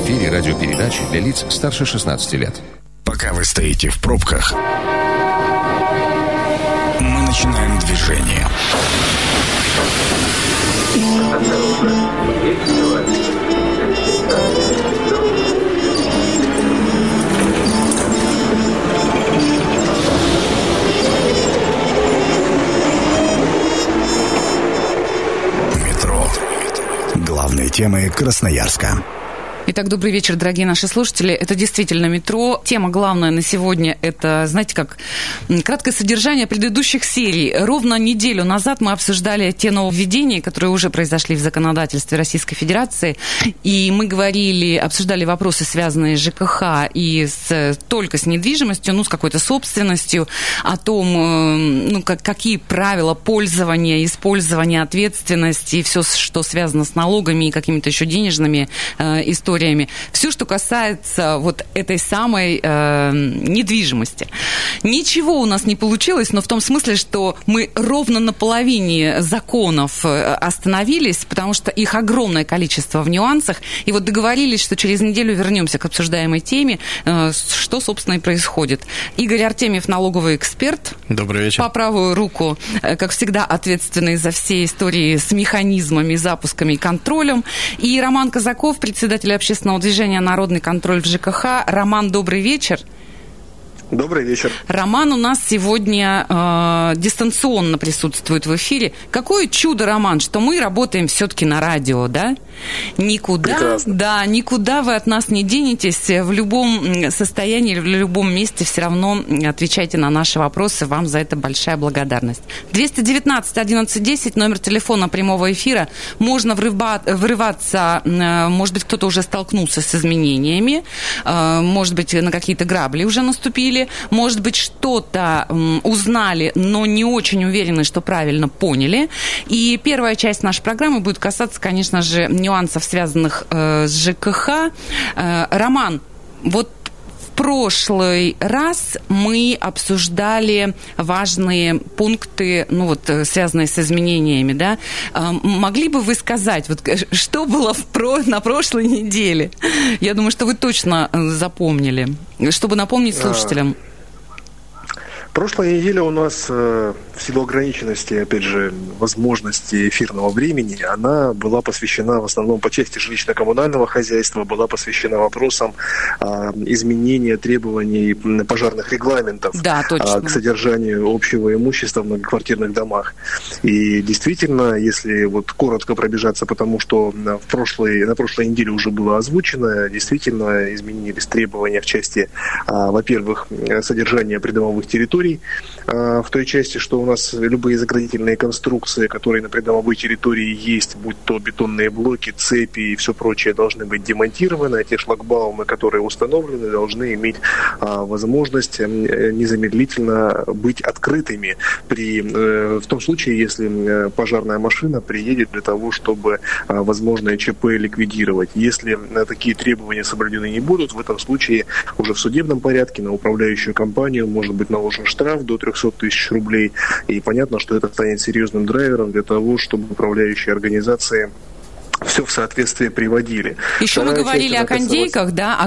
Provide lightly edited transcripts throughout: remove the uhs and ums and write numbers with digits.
эфире радиопередачи для лиц старше 16 лет. Пока вы стоите в пробках, мы начинаем движение. Метро. Главные темы Красноярска. Итак, добрый вечер, дорогие наши слушатели. Это действительно «Метро». Тема главная на сегодня – это, знаете, как краткое содержание предыдущих серий. Ровно неделю назад мы обсуждали те нововведения, которые уже произошли в законодательстве Российской Федерации. И мы обсуждали вопросы, связанные с ЖКХ и только с недвижимостью, с какой-то собственностью, о том, какие правила пользования, использования, ответственности и все, что связано с налогами и какими-то еще денежными историями. Все, что касается вот этой самой недвижимости. Ничего у нас не получилось, но в том смысле, что мы ровно на половине законов остановились, потому что их огромное количество в нюансах. И вот договорились, что через неделю вернемся к обсуждаемой теме, что, собственно, и происходит. Игорь Артемьев, налоговый эксперт. Добрый вечер. По правую руку, как всегда, ответственный за все истории с механизмами, запусками и контролем. И Роман Казаков, председатель общественного движения «Народный контроль в ЖКХ». Роман, добрый вечер. Добрый вечер. Роман у нас сегодня дистанционно присутствует в эфире. Какое чудо, Роман, что мы работаем все-таки на радио, да? Никуда вы от нас не денетесь. В любом состоянии, в любом месте все равно отвечайте на наши вопросы. Вам за это большая благодарность. 219-11-10, номер телефона прямого эфира. Можно врываться, может быть, кто-то уже столкнулся с изменениями, может быть, на какие-то грабли уже наступили. Может быть, что-то узнали, но не очень уверены, что правильно поняли. И первая часть нашей программы будет касаться, конечно же, нюансов, связанных с ЖКХ. Роман, вот в прошлый раз мы обсуждали важные пункты, связанные с изменениями, да? Могли бы вы сказать, что было на прошлой неделе? Я думаю, что вы точно запомнили, чтобы напомнить слушателям. Прошлая неделя у нас, в силу ограниченности, опять же, возможности эфирного времени, она была посвящена в основном по части жилищно-коммунального хозяйства, была посвящена вопросам изменения требований пожарных регламентов к содержанию общего имущества в многоквартирных домах. И действительно, если коротко пробежаться, потому что на прошлой неделе уже было озвучено, действительно изменились требования в части, во-первых, содержания придомовых территорий, в той части, что у нас любые заградительные конструкции, которые на придомовой территории есть, будь то бетонные блоки, цепи и все прочее, должны быть демонтированы, а те шлагбаумы, которые установлены, должны иметь возможность незамедлительно быть открытыми в том случае, если пожарная машина приедет для того, чтобы возможное ЧП ликвидировать. Если такие требования соблюдены не будут, в этом случае уже в судебном порядке на управляющую компанию может быть наложен штраф до 300 тысяч рублей. И понятно, что это станет серьезным драйвером для того, чтобы управляющие организации все в соответствие приводили. Еще мы говорили о кондейках,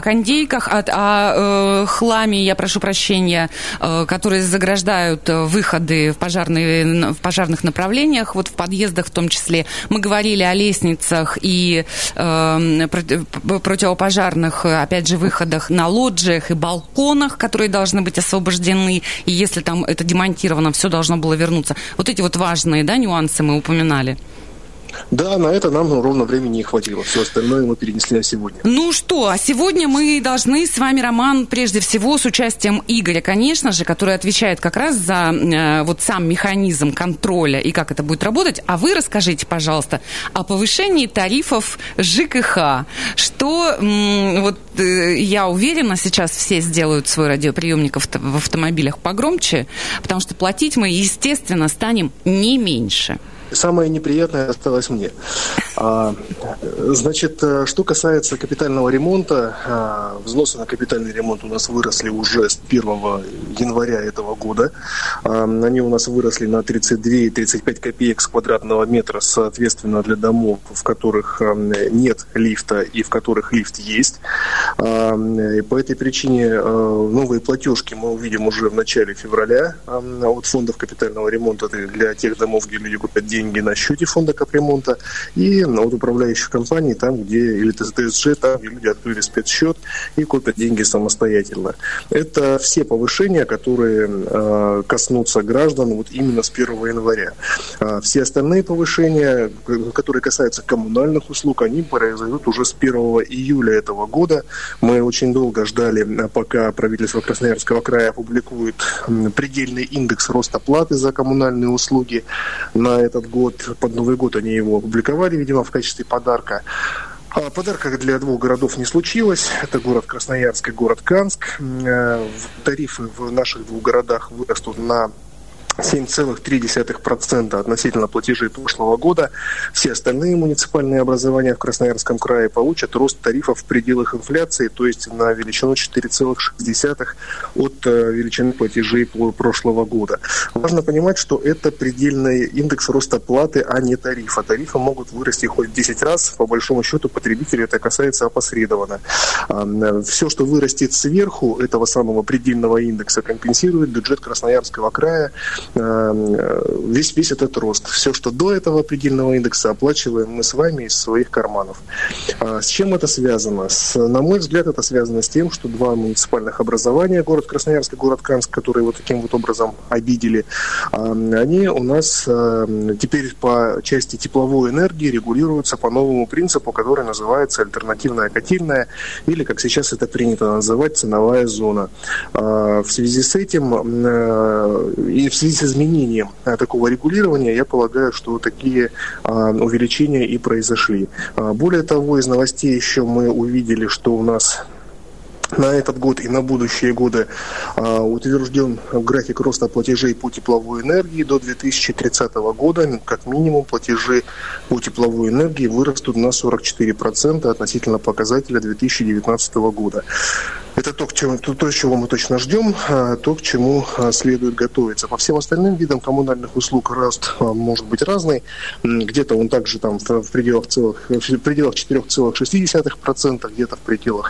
о хламе, я прошу прощения, которые заграждают выходы в пожарных направлениях, в подъездах в том числе. Мы говорили о лестницах и противопожарных, опять же, выходах на лоджиях и балконах, которые должны быть освобождены, и если там это демонтировано, все должно было вернуться. Вот эти важные, нюансы мы упоминали. Да, на это нам ровно времени не хватило. Все остальное мы перенесли на сегодня. А сегодня мы должны с вами, Роман, прежде всего с участием Игоря, конечно же, который отвечает как раз за сам механизм контроля и как это будет работать. А вы расскажите, пожалуйста, о повышении тарифов ЖКХ. Что, я уверена, сейчас все сделают свой радиоприемник в автомобилях погромче, потому что платить мы, естественно, станем не меньше. самое неприятное осталось мне. Значит, что касается капитального ремонта, взносы на капитальный ремонт у нас выросли уже с 1 января этого года. Они у нас выросли на 32 и 35 копеек с квадратного метра, соответственно, для домов, в которых нет лифта и в которых лифт есть. И по этой причине новые платежки мы увидим уже в начале февраля от фондов капитального ремонта для тех домов, где люди купят деньги на счете фонда капремонта, и от управляющих компаний, там, где, или ТСЖ, там, где люди открыли спецсчет и копят деньги самостоятельно. Это все повышения, которые коснутся граждан вот именно с 1 января. Все остальные повышения, которые касаются коммунальных услуг, они произойдут уже с 1 июля этого года. Мы очень долго ждали, пока правительство Красноярского края опубликует предельный индекс роста платы за коммунальные услуги на этот год. Под Новый год они его опубликовали, видимо, в качестве подарка. Подарка для двух городов не случилось. Это город Красноярск и город Канск. Тарифы в наших двух городах вырастут на 7,3% относительно платежей прошлого года. Все остальные муниципальные образования в Красноярском крае получат рост тарифов в пределах инфляции, то есть на величину 4,6 от величины платежей прошлого года. Важно понимать, что это предельный индекс роста платы, а не тарифа. Тарифы могут вырасти хоть в 10 раз. По большому счету потребителя это касается опосредованно. Все, что вырастет сверху этого самого предельного индекса, компенсирует бюджет Красноярского края. Весь этот рост. Все, что до этого предельного индекса, оплачиваем мы с вами из своих карманов. С чем это связано? На мой взгляд, это связано с тем, что два муниципальных образования, город Красноярск и город Канск, которые вот таким вот образом обидели, они у нас теперь по части тепловой энергии регулируются по новому принципу, который называется альтернативная котельная, или, как сейчас это принято называть, ценовая зона. В связи с этим и в связи с изменением такого регулирования, я полагаю, что такие увеличения и произошли. Более того, из новостей еще мы увидели, что у нас на этот год и на будущие годы утвержден график роста платежей по тепловой энергии до 2030 года. Как минимум платежи по тепловой энергии вырастут на 44% относительно показателя 2019 года. Это то, чего мы точно ждем, то, к чему следует готовиться. По всем остальным видам коммунальных услуг рост может быть разный. Где-то он также там в пределах 4,6%, где-то в пределах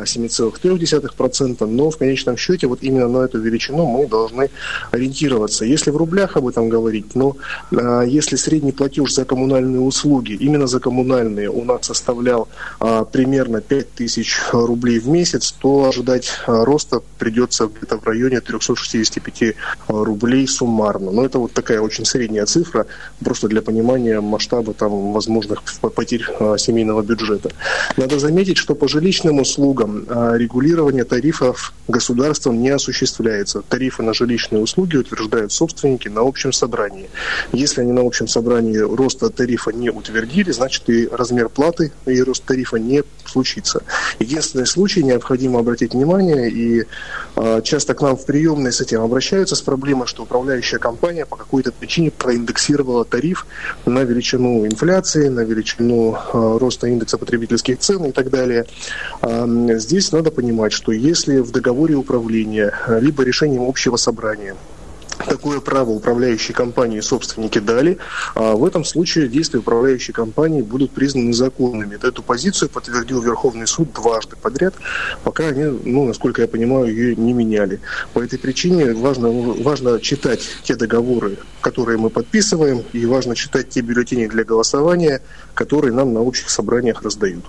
7,3%, но в конечном счете вот именно на эту величину мы должны ориентироваться. Если в рублях об этом говорить, но если средний платеж за коммунальные услуги, именно за коммунальные, у нас составлял примерно 5000 рублей в месяц, то ожидать роста придется где-то в районе 365 рублей суммарно. Но это вот такая очень средняя цифра, просто для понимания масштаба там возможных потерь семейного бюджета. Надо заметить, что по жилищным услугам регулирование тарифов государством не осуществляется. Тарифы на жилищные услуги утверждают собственники на общем собрании. Если они на общем собрании роста тарифа не утвердили, значит и размер платы и рост тарифа не случится. Единственный случай, необходимо обратить внимание, и часто к нам в приемной с этим обращаются с проблемой, что управляющая компания по какой-то причине проиндексировала тариф на величину инфляции, на величину роста индекса потребительских цен и так далее. Здесь надо понимать, что если в договоре управления либо решением общего собрания такое право управляющей компании собственники дали, в этом случае действия управляющей компании будут признаны законными. Эту позицию подтвердил Верховный суд дважды подряд, пока они, насколько я понимаю, ее не меняли. По этой причине важно читать те договоры, которые мы подписываем, и важно читать те бюллетени для голосования, которые нам на общих собраниях раздают.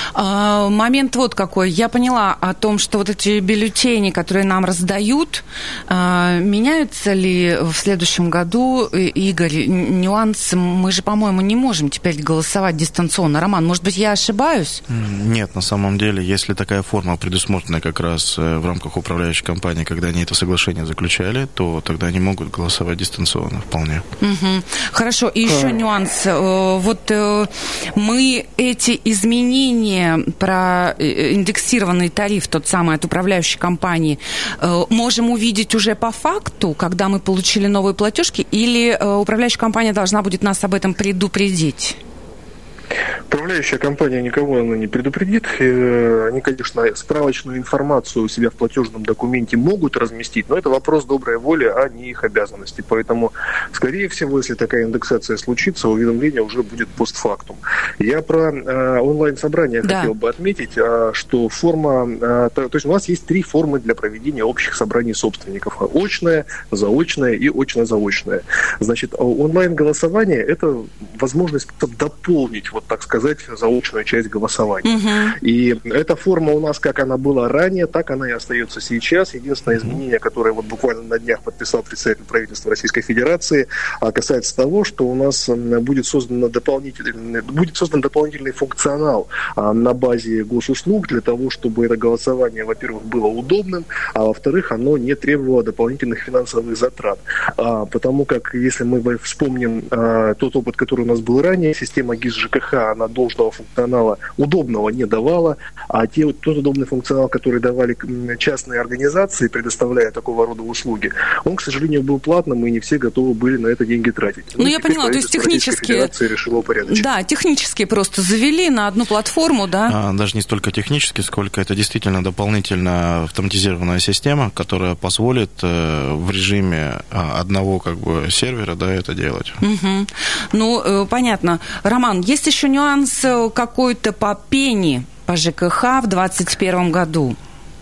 Момент вот какой. Я поняла о том, что вот эти бюллетени, которые нам раздают, меняются ли в следующем году, Игорь? Нюанс, мы же, по-моему, не можем теперь голосовать дистанционно. Роман, может быть, я ошибаюсь? Нет, на самом деле, если такая форма предусмотрена как раз в рамках управляющей компании, когда они это соглашение заключали, то тогда они могут голосовать дистанционно вполне. Угу. Хорошо, и еще нюанс. Вот мы эти изменения про индексированный тариф, тот самый от управляющей компании, можем увидеть уже по факту, когда мы получили новые платежки, или управляющая компания должна будет нас об этом предупредить? Управляющая компания никого она не предупредит. Они, конечно, справочную информацию у себя в платежном документе могут разместить, но это вопрос доброй воли, а не их обязанности. Поэтому, скорее всего, если такая индексация случится, уведомление уже будет постфактум. Я про онлайн-собрание хотел бы отметить, что форма... То есть у нас есть 3 формы для проведения общих собраний собственников. Очное, заочное и очно-заочное. Значит, онлайн-голосование – это возможность дополнить, вот так сказать, заочную часть голосования. И эта форма у нас, как она была ранее, так она и остается сейчас. Единственное изменение, которое вот буквально на днях подписал представитель правительства Российской Федерации, касается того, что у нас будет создан дополнительный функционал на базе госуслуг для того, чтобы это голосование, во-первых, было удобным, а во-вторых, оно не требовало дополнительных финансовых затрат. Потому как, если мы вспомним тот опыт, который у нас был ранее, система ГИС ЖКХ, она должного функционала удобного не давала, а тот удобный функционал, который давали частные организации, предоставляя такого рода услуги, он, к сожалению, был платным, и не все готовы были на это деньги тратить. Ну, я поняла, то есть технически... решила упорядочить. Да, технически просто завели на одну платформу, да? Даже не столько технически, сколько это действительно дополнительно автоматизированная система, которая позволит в режиме одного сервера, да, это делать. Ну, понятно. Роман, есть еще нюанс какой-то по пени по ЖКХ в 2021 году?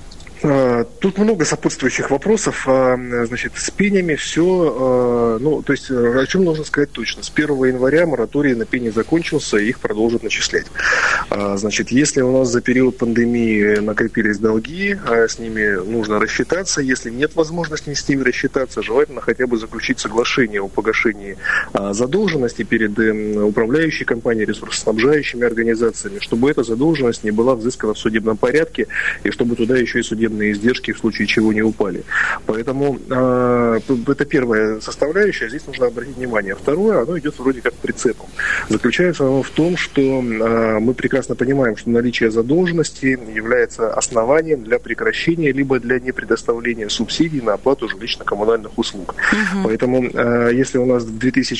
Тут много сопутствующих вопросов. Значит, с пенями все... то есть, о чем нужно сказать точно? С 1 января мораторий на пени закончился, и их продолжат начислять. Значит, если у нас за период пандемии накопились долги, с ними нужно рассчитаться. Если нет возможности с ними рассчитаться, желательно хотя бы заключить соглашение о погашении задолженности перед управляющей компанией, ресурсоснабжающими организациями, чтобы эта задолженность не была взыскана в судебном порядке, и чтобы туда еще и судебные издержки в случае чего не упали. Поэтому это первая составляющая, здесь нужно обратить внимание. Второе, оно идет вроде как прицепом. Заключается оно в том, что мы прекрасно понимаем, что наличие задолженности является основанием для прекращения либо для непредоставления субсидий на оплату жилищно-коммунальных услуг. Поэтому, если у нас в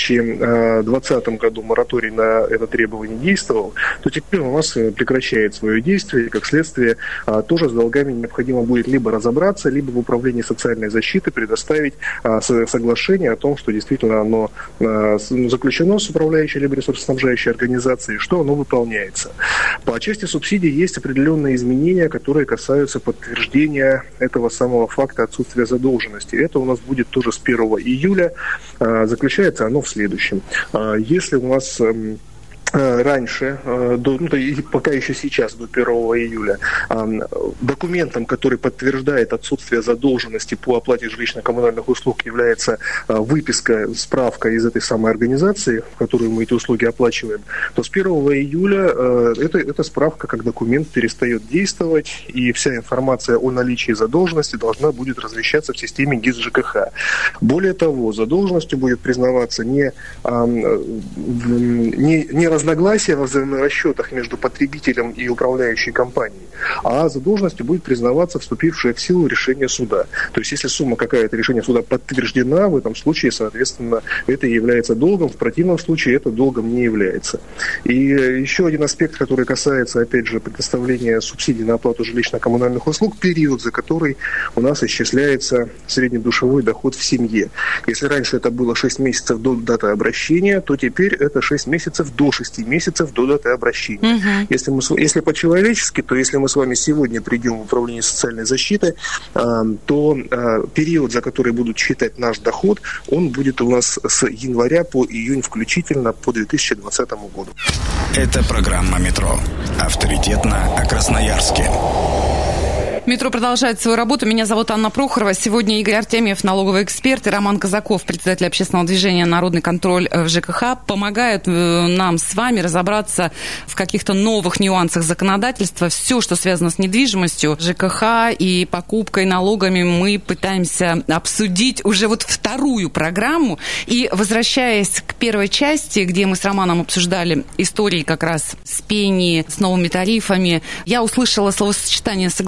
2020 году мораторий на это требование действовал, то теперь у нас прекращает свое действие, и, как следствие, тоже с долгами необходимо будет либо разобраться, либо в управлении социальной защиты предоставить соглашение о том, что действительно оно заключено с управляющей либо ресурсоснабжающей организацией, что оно выполняется. По части субсидий есть определенные изменения, которые касаются подтверждения этого самого факта отсутствия задолженности. Это у нас будет тоже с 1 июля. Заключается оно в следующем. Если у нас раньше, и пока еще сейчас, до 1 июля, документом, который подтверждает отсутствие задолженности по оплате жилищно-коммунальных услуг, является выписка, справка из этой самой организации, в которую мы эти услуги оплачиваем, то с 1 июля эта справка как документ перестает действовать, и вся информация о наличии задолженности должна будет размещаться в системе ГИС ЖКХ. Более того, задолженностью будет признаваться не разногласия во взаиморасчетах между потребителем и управляющей компанией, а задолженностью будет признаваться вступившее в силу решение суда. То есть, если сумма какая-то решения суда подтверждена, в этом случае, соответственно, это является долгом, в противном случае это долгом не является. И еще один аспект, который касается, опять же, предоставления субсидий на оплату жилищно-коммунальных услуг, период, за который у нас исчисляется среднедушевой доход в семье. Если раньше это было 6 месяцев до даты обращения, то теперь это 6 месяцев до 6 месяцев до даты обращения. Если по-человечески, то если мы с вами сегодня придем в управление социальной защиты, то период, за который будут считать наш доход, он будет у нас с января по июнь включительно по 2020 году. Это программа «Метро». Авторитетно о Красноярске. Метро продолжает свою работу. Меня зовут Анна Прохорова. Сегодня Игорь Артемьев, налоговый эксперт, и Роман Казаков, председатель общественного движения «Народный контроль в ЖКХ», помогают нам с вами разобраться в каких-то новых нюансах законодательства. Все, что связано с недвижимостью, ЖКХ и покупкой, налогами, мы пытаемся обсудить уже вот вторую программу. И возвращаясь к первой части, где мы с Романом обсуждали истории как раз с пени, с новыми тарифами, я услышала словосочетание «соглашение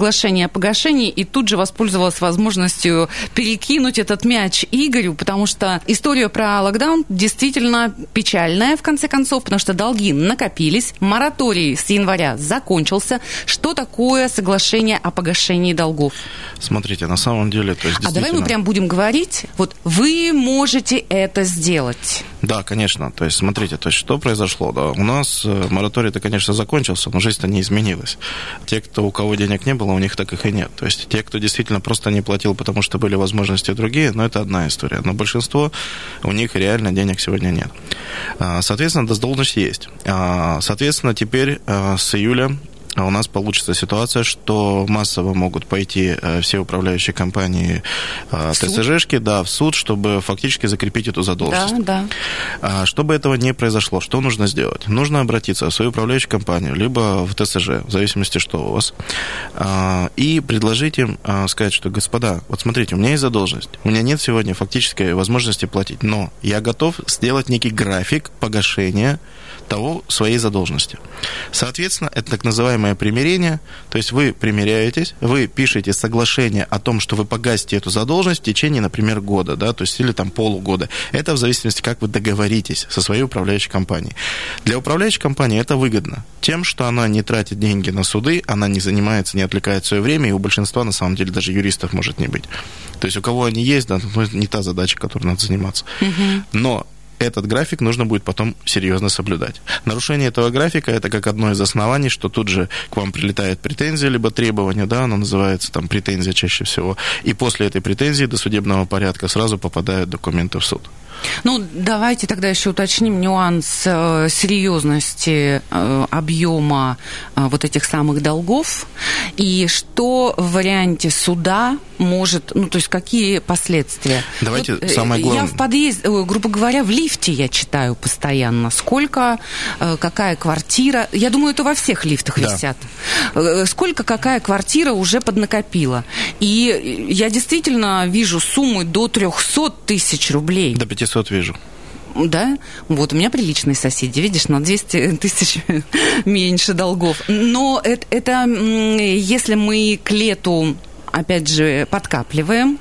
соглашение о погашении и тут же воспользовалась возможностью перекинуть этот мяч Игорю, потому что история про локдаун действительно печальная, в конце концов, потому что долги накопились, мораторий с января закончился. Что такое соглашение о погашении долгов? Смотрите, на самом деле... То есть, А давай мы прям будем говорить, вот вы можете это сделать. Да, конечно. То есть, смотрите, то есть, что произошло? Да? У нас мораторий-то, конечно, закончился, но жизнь-то не изменилась. Те, у кого денег не было, у них так их и нет. То есть, те, кто действительно просто не платил, потому что были возможности другие, но это одна история. Но большинство, у них реально денег сегодня нет. Соответственно, задолженность есть. Соответственно, теперь с июля у нас получится ситуация, что массово могут пойти все управляющие компании ТСЖшки, в суд, чтобы фактически закрепить эту задолженность. Да. Чтобы этого не произошло, что нужно сделать? Нужно обратиться в свою управляющую компанию, либо в ТСЖ, в зависимости, что у вас, и предложить им сказать, что, господа, вот смотрите, у меня есть задолженность, у меня нет сегодня фактической возможности платить, но я готов сделать некий график погашения своей задолженности. Соответственно, это так называемое примирение, то есть вы примиряетесь, вы пишете соглашение о том, что вы погасите эту задолженность в течение, например, года, то есть или полугода. Это в зависимости, как вы договоритесь со своей управляющей компанией. Для управляющей компании это выгодно тем, что она не тратит деньги на суды, она не занимается, не отвлекает свое время, и у большинства, на самом деле, даже юристов может не быть. То есть у кого они есть, не та задача, которой надо заниматься. Но этот график нужно будет потом серьезно соблюдать. Нарушение этого графика – это как одно из оснований, что тут же к вам прилетает претензия, либо требование, оно называется претензия чаще всего, и после этой претензии до судебного порядка сразу попадают документы в суд. Давайте тогда еще уточним нюанс серьезности объема вот этих самых долгов и что в варианте суда может, то есть какие последствия. Давайте самое главное. Я в подъезде, грубо говоря, в лифте я читаю постоянно, сколько, какая квартира, я думаю, это во всех лифтах висят, сколько какая квартира уже поднакопила. И я действительно вижу суммы до 300 тысяч рублей. До 500 вижу. Да? Вот, у меня приличные соседи, видишь, на 200 тысяч меньше долгов. Но это если мы к лету, опять же, подкапливаем.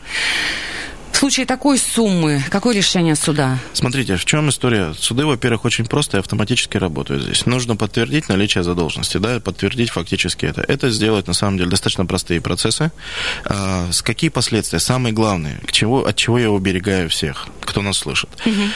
В случае такой суммы, какое решение суда? Смотрите, в чем история? Суды, во-первых, очень просто и автоматически работают здесь. Нужно подтвердить наличие задолженности, подтвердить фактически это. Это сделать, на самом деле, достаточно простые процессы. С какие последствия? Самые главные, от чего я уберегаю всех, кто нас слышит.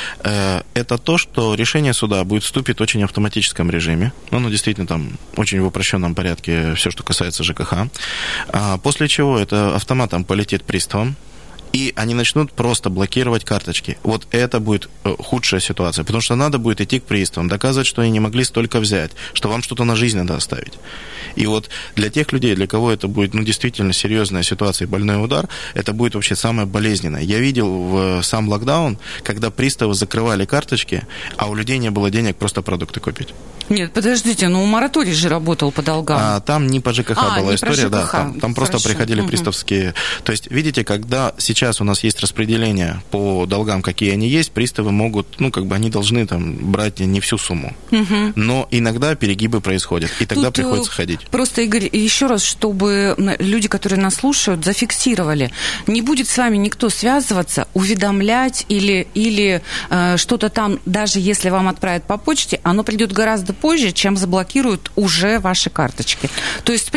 Это то, что решение суда вступит в очень автоматическом режиме. Оно действительно очень в упрощенном порядке, все, что касается ЖКХ. После чего это автоматом полетит приставам, и они начнут просто блокировать карточки. Вот это будет худшая ситуация, потому что надо будет идти к приставам, доказывать, что они не могли столько взять, что вам что-то на жизнь надо оставить. И вот для тех людей, для кого это будет действительно серьезная ситуация и больной удар, это будет вообще самое болезненное. Я видел в сам локдаун, когда приставы закрывали карточки, а у людей не было денег просто продукты купить. Нет, подождите, мораторий же работал по долгам. Там не по ЖКХ была история, там просто Хорошо. приходили приставские. То есть, видите, когда сейчас у нас есть распределение по долгам, какие они есть, приставы могут, они должны брать не всю сумму. Но иногда перегибы происходят, и тогда приходится ходить. Просто, Игорь, еще раз, чтобы люди, которые нас слушают, зафиксировали. Не будет с вами никто связываться, уведомлять или что-то там, даже если вам отправят по почте, оно придет гораздо позже, чем заблокируют уже ваши карточки. То есть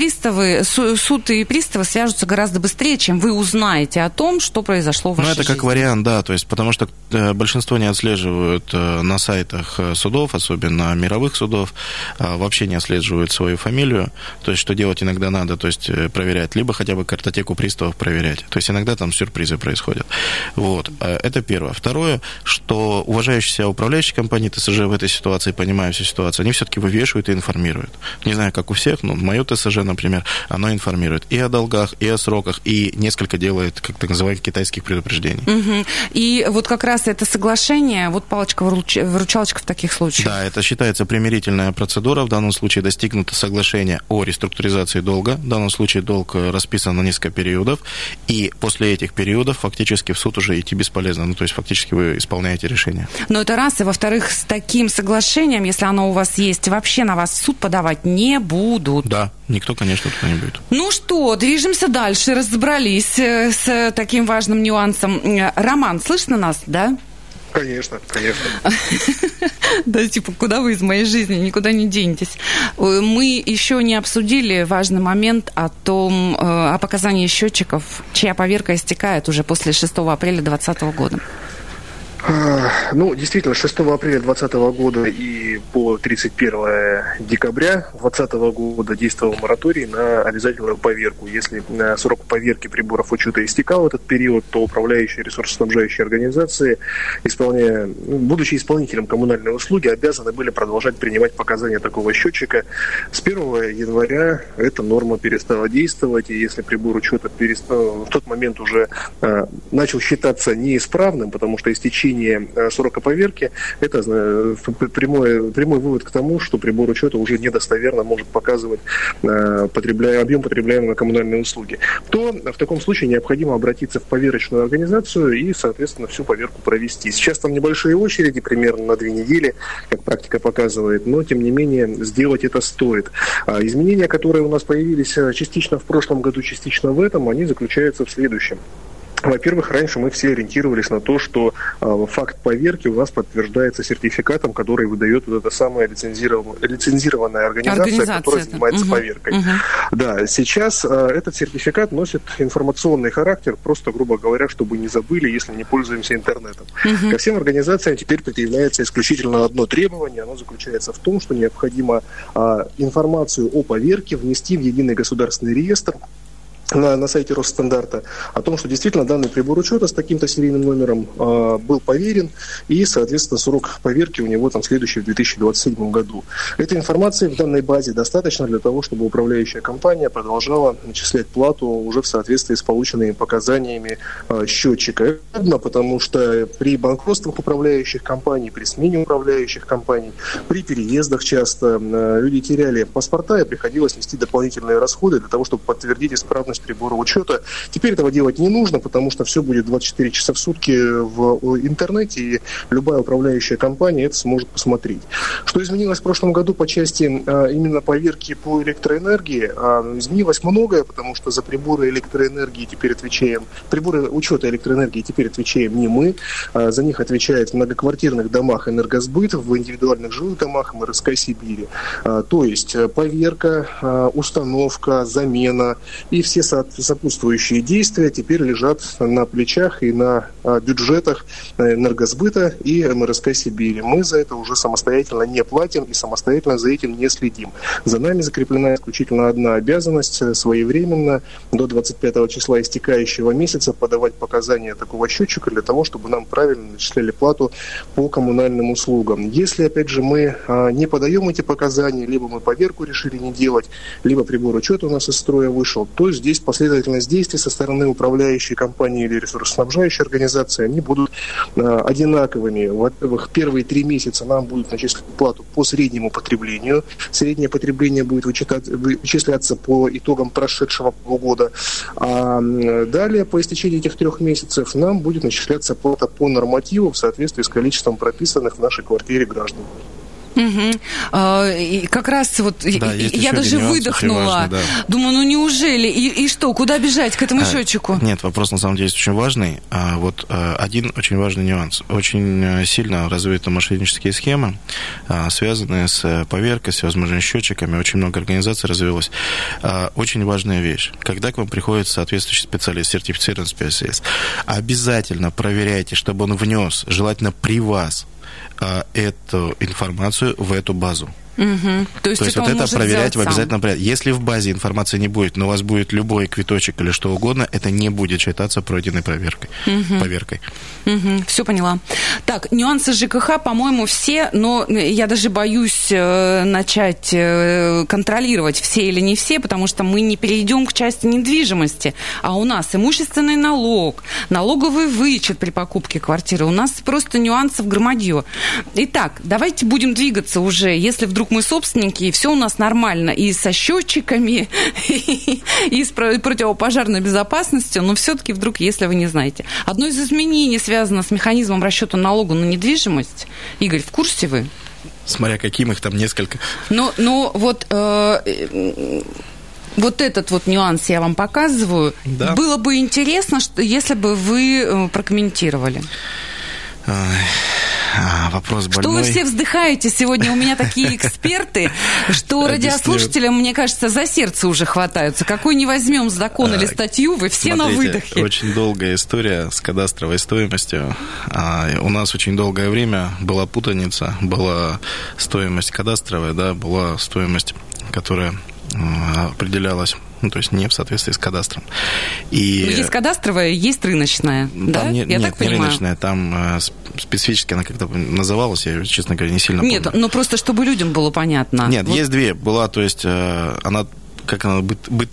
суд и приставы свяжутся гораздо быстрее, чем вы узнаете о том, что произошло в вашей жизни. Это как вариант, то есть потому что большинство не отслеживают на сайтах судов, особенно мировых судов, вообще не отслеживают свою фамилию, то есть что делать иногда надо, то есть проверять, либо хотя бы картотеку приставов проверять, то есть иногда там сюрпризы происходят. Это первое. Второе, что уважающие себя управляющие компании ТСЖ в этой ситуации, понимая всю ситуацию, они все-таки вывешивают и информируют. Не знаю, как у всех, но мое ТСЖ, например, оно информирует и о долгах, и о сроках, и несколько делает, как так называемых, китайских предупреждений. И вот как раз это соглашение, палочка-выручалочка в таких случаях. Да, это считается примирительная процедура. В данном случае достигнуто соглашение о реструктуризации долга. В данном случае долг расписан на несколько периодов, и после этих периодов фактически в суд уже идти бесполезно. То есть фактически вы исполняете решение. Но это раз, и во-вторых, с таким соглашением, если оно у вас есть, вообще на вас в суд подавать не будут. Да, никто, конечно, туда не будет. Ну что, движемся дальше, разобрались с таким важным нюансом. Роман, слышно нас, да? Конечно. Да, типа, куда вы из моей жизни, никуда не денетесь. Мы еще не обсудили важный момент о показании счетчиков, чья поверка истекает уже после 6 апреля 2020 года. Ну, действительно, 6 апреля 2020 года и по 31 декабря 2020 года действовал мораторий на обязательную поверку. Если срок поверки приборов учета истекал в этот период, то управляющие ресурсоснабжающие организации, будучи исполнителем коммунальной услуги, обязаны были продолжать принимать показания такого счетчика. С 1 января эта норма перестала действовать, и если прибор учета в тот момент уже начал считаться неисправным, потому что истечение срока поверки – это прямой вывод к тому, что прибор учета уже недостоверно может показывать объем потребляемой коммунальной услуги, то в таком случае необходимо обратиться в поверочную организацию и, соответственно, всю поверку провести. Сейчас там небольшие очереди, примерно на 2 недели, как практика показывает, но, тем не менее, сделать это стоит. Изменения, которые у нас появились частично в прошлом году, частично в этом, они заключаются в следующем. Во-первых, раньше мы все ориентировались на то, что факт поверки у нас подтверждается сертификатом, который выдает вот эта самая лицензированная организация, которая занимается поверкой. Да, сейчас этот сертификат носит информационный характер, просто, грубо говоря, чтобы не забыли, если не пользуемся интернетом. Ко всем организациям теперь предъявляется исключительно одно требование, оно заключается в том, что необходимо информацию о поверке внести в единый государственный реестр на сайте Росстандарта о том, что действительно данный прибор учета с таким-то серийным номером был поверен, и, соответственно, срок поверки у него там следующий в 2027 году. Этой информации в данной базе достаточно для того, чтобы управляющая компания продолжала начислять плату уже в соответствии с полученными показаниями счетчика. Это потому что при банкротствах управляющих компаний, при смене управляющих компаний, при переездах часто люди теряли паспорта и приходилось нести дополнительные расходы для того, чтобы подтвердить исправность прибора учета. Теперь этого делать не нужно, потому что все будет 24 часа в сутки в интернете, и любая управляющая компания это сможет посмотреть. Что изменилось в прошлом году по части именно поверки по электроэнергии? Изменилось многое, потому что за приборы электроэнергии приборы учета электроэнергии теперь отвечаем не мы, за них отвечает в многоквартирных домах Энергосбыт, в индивидуальных жилых домах МРСК Сибири. То есть поверка, установка, замена и все сопутствующие действия теперь лежат на плечах и на бюджетах Энергосбыта и МРСК Сибири. Мы за это уже самостоятельно не платим и самостоятельно за этим не следим. За нами закреплена исключительно одна обязанность – своевременно до 25 числа истекающего месяца подавать показания такого счетчика для того, чтобы нам правильно начисляли плату по коммунальным услугам. Если, опять же, мы не подаем эти показания, либо мы поверку решили не делать, либо прибор учета у нас из строя вышел, то здесь последовательность действий со стороны управляющей компании или ресурсоснабжающей организации, они будут одинаковыми. Во-первых, первые 3 месяца нам будут начислять плату по среднему потреблению. Среднее потребление будет вычисляться по итогам прошедшего полугода. А далее, по истечении этих 3 месяцев, нам будет начисляться плата по нормативу в соответствии с количеством прописанных в нашей квартире граждан. И как раз вот да, я даже выдохнула. Важный, да. Думаю, ну неужели? И что, куда бежать к этому счетчику? Нет, вопрос на самом деле очень важный. Вот один очень важный нюанс. Очень сильно развиты мошеннические схемы, связанные с поверкой, с возможными счетчиками. Очень много организаций развилось. Очень важная вещь. Когда к вам приходит соответствующий специалист, сертифицированный специалист, обязательно проверяйте, чтобы он внес, желательно при вас, эту информацию в эту базу. То есть вот это проверять в обязательном порядке. Если в базе информации не будет, но у вас будет любой квиточек или что угодно, это не будет считаться пройденной поверкой. Все поняла. Так, нюансы ЖКХ, по-моему, все, но я даже боюсь начать контролировать, все или не все, потому что мы не перейдем к части недвижимости, а у нас имущественный налог, налоговый вычет при покупке квартиры, у нас просто нюансов громадье. Итак, давайте будем двигаться уже, если вдруг мы собственники, и все у нас нормально, и со счетчиками, и с противопожарной безопасностью, но все-таки вдруг, если вы не знаете. Одно из изменений связано с механизмом расчета налога на недвижимость. Игорь, в курсе вы? Смотря каким, их там несколько. Ну вот... Вот этот вот нюанс я вам показываю. Да. Было бы интересно, если бы вы прокомментировали. Вопрос больной. Что вы все вздыхаете сегодня? У меня такие эксперты, что радиослушателям, мне кажется, за сердце уже хватаются. Какой не возьмем закон или статью, вы все на выдохе. Очень долгая история с кадастровой стоимостью. У нас очень долгое время была путаница, была стоимость кадастровая, да, была стоимость, которая определялась, то есть не в соответствии с кадастром. Есть кадастровая, есть рыночная, да? Я так понимаю? Не рыночная, там специфически она как-то называлась, я, честно говоря, не сильно помню. Нет, но просто чтобы людям было понятно. Нет, есть две. Была, то есть она... как она,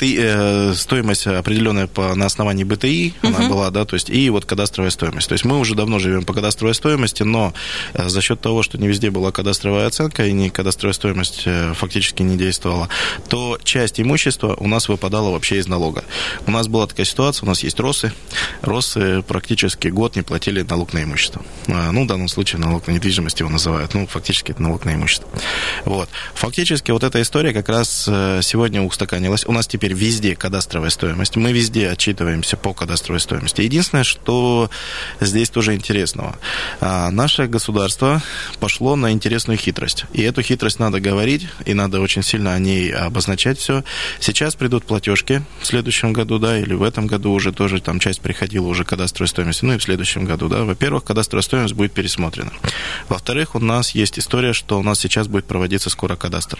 стоимость определенная на основании БТИ, она была, да, то есть, и вот кадастровая стоимость. То есть мы уже давно живем по кадастровой стоимости, но за счет того, что не везде была кадастровая оценка и не кадастровая стоимость фактически не действовала, то часть имущества у нас выпадала вообще из налога. У нас была такая ситуация, у нас есть РОСы. РОСы практически год не платили налог на имущество. Ну, в данном случае налог на недвижимость его называют. Ну, фактически это налог на имущество. Вот. Фактически вот эта история как раз сегодня устаканилась. У нас теперь везде кадастровая стоимость. Мы везде отчитываемся по кадастровой стоимости. Единственное, что здесь тоже интересного. Наше государство пошло на интересную хитрость. И эту хитрость надо говорить, и надо очень сильно о ней обозначать все. Сейчас придут платежки в следующем году, да, или в этом году уже тоже там часть приходила уже кадастровой стоимости, ну и в следующем году, да. Во-первых, кадастровая стоимость будет пересмотрена. Во-вторых, у нас есть история, что у нас сейчас будет проводиться скоро кадастр.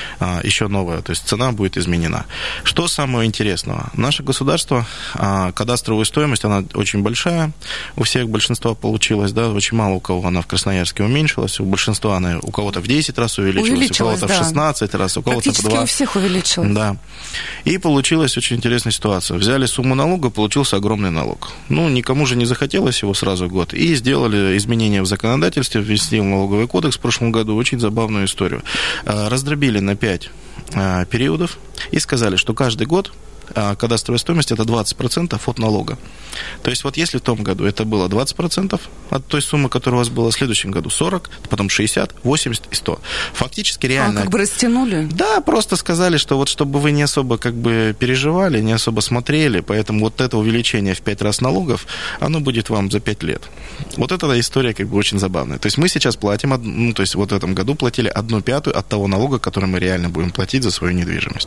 Еще новая, то есть цена будет изменена. Что самого интересного? Наше государство, кадастровую стоимость, она очень большая, у всех большинства получилось, да, очень мало у кого она в Красноярске уменьшилась, у большинства она у кого-то в 10 раз увеличилась, у кого-то в 16 раз, у кого-то в 2. Практически у всех увеличилась. Да. И получилась очень интересная ситуация. Взяли сумму налога, получился огромный налог. Ну, никому же не захотелось его сразу в год. И сделали изменения в законодательстве, ввели в налоговый кодекс в прошлом году, очень забавную историю. Раздробили на 5 периодов и сказали, что каждый год кадастровая стоимость – это 20% от налога. То есть вот если в том году это было 20% от той суммы, которая у вас была, в следующем году 40%, потом 60%, 80% и 100%. Фактически реально... как бы растянули? Да, просто сказали, что вот чтобы вы не особо как бы переживали, не особо смотрели, поэтому вот это увеличение в 5 раз налогов, оно будет вам за 5 лет. Вот эта история как бы очень забавная. То есть мы сейчас платим, ну, то есть вот в этом году платили 1/5 от того налога, который мы реально будем платить за свою недвижимость.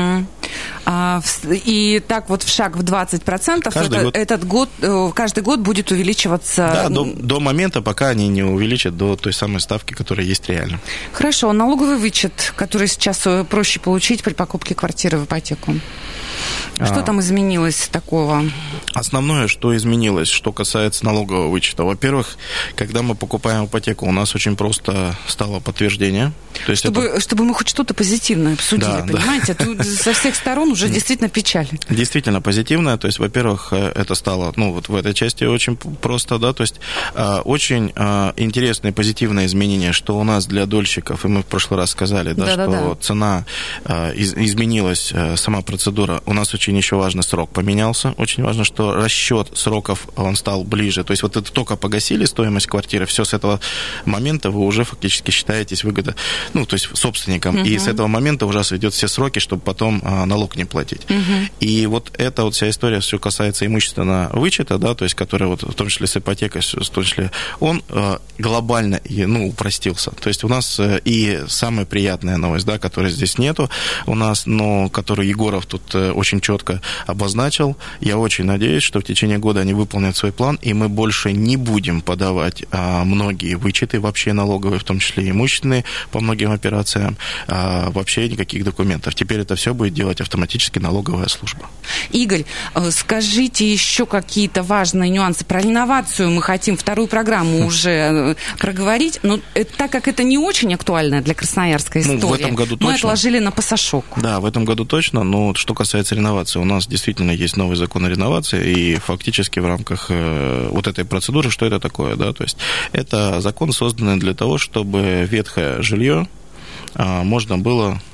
И так вот в шаг в 20% этот год, каждый год будет увеличиваться... Да, до момента, пока они не увеличат до той самой ставки, которая есть реально. Хорошо. Налоговый вычет, который сейчас проще получить при покупке квартиры в ипотеку. Что там изменилось такого? Основное, что изменилось, что касается налогового вычета. Во-первых, когда мы покупаем ипотеку, у нас очень просто стало подтверждение. То есть чтобы мы хоть что-то позитивное обсудили, понимаете? Тут со всех сторон уже действительно печаль. Действительно позитивное. То есть, во-первых, это стало, ну, вот в этой части очень просто, да, то есть очень интересные позитивные изменения, что у нас для дольщиков, и мы в прошлый раз сказали, да, что цена изменилась, сама процедура. У нас очень еще важно, срок поменялся. Очень важно, что расчет сроков, он стал ближе. То есть вот это только погасили стоимость квартиры, все с этого момента вы уже фактически считаетесь выгода, ну, то есть собственником. И с этого момента уже ведет все сроки, чтобы потом налог не платить. И вот эта вот вся история, все касается имущественного вычета, да, то есть который вот в том числе с ипотекой, в том числе, он глобально, ну, упростился. То есть у нас и самая приятная новость, да, которой здесь нету у нас, но которую Егоров тут очень четко обозначил. Я очень надеюсь, что в течение года они выполнят свой план, и мы больше не будем подавать многие вычеты, вообще налоговые, в том числе и имущественные, по многим операциям, вообще никаких документов. Теперь это все будет делать автоматически налоговая служба. Игорь, скажите еще какие-то важные нюансы. Про реновацию мы хотим вторую программу уже проговорить, но так как это не очень актуальная для Красноярска история, в этом году мы точно отложили на пасашок. Да, в этом году точно, но что касается реновации, у нас действительно есть новый закон о реновации, и фактически в рамках вот этой процедуры, что это такое, да, то есть это закон, созданный для того, чтобы ветхое жилье можно было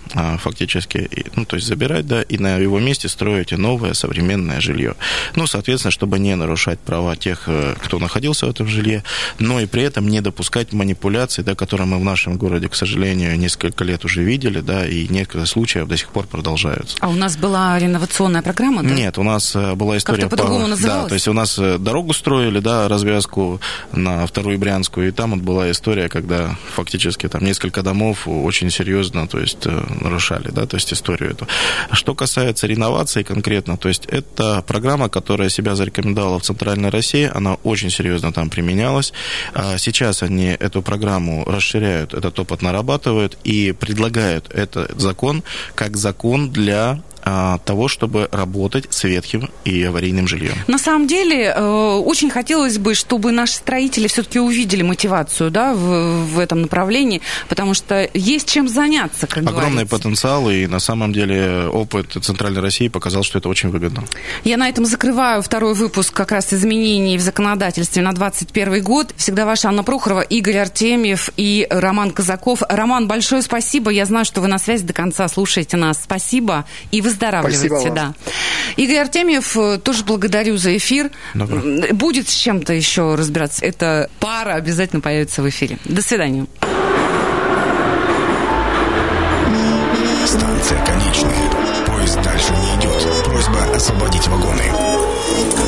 фактически, то есть забирать, да, и на его месте строить новое современное жилье. Соответственно, чтобы не нарушать права тех, кто находился в этом жилье, но и при этом не допускать манипуляций, да, которые мы в нашем городе, к сожалению, несколько лет уже видели, да, и несколько случаев до сих пор продолжаются. А у нас была реновационная программа, да? Нет, у нас была история... Как-то по-другому называлась? Да, то есть у нас дорогу строили, да, развязку на Вторую Брянскую, и там вот была история, когда фактически там несколько домов очень серьезно, то есть нарушали, да, то есть историю эту. Что касается реновации конкретно, то есть это программа, которая себя зарекомендовала в Центральной России, она очень серьезно там применялась. Сейчас они эту программу расширяют, этот опыт нарабатывают и предлагают этот закон как закон для того, чтобы работать с ветхим и аварийным жильем. На самом деле, очень хотелось бы, чтобы наши строители все-таки увидели мотивацию, да, в этом направлении, потому что есть чем заняться, как огромный говорится. Потенциал, и на самом деле опыт Центральной России показал, что это очень выгодно. Я на этом закрываю второй выпуск как раз изменений в законодательстве на 2021 год. Всегда ваша Анна Прохорова, Игорь Артемьев и Роман Казаков. Роман, большое спасибо. Я знаю, что вы на связи до конца слушаете нас. Спасибо. И выздоравливайте, да. Игорь Артемьев, тоже благодарю за эфир. Добро. Будет с чем-то еще разбираться. Эта пара обязательно появится в эфире. До свидания. Станция конечная. Поезд дальше не идет. Просьба освободить вагоны.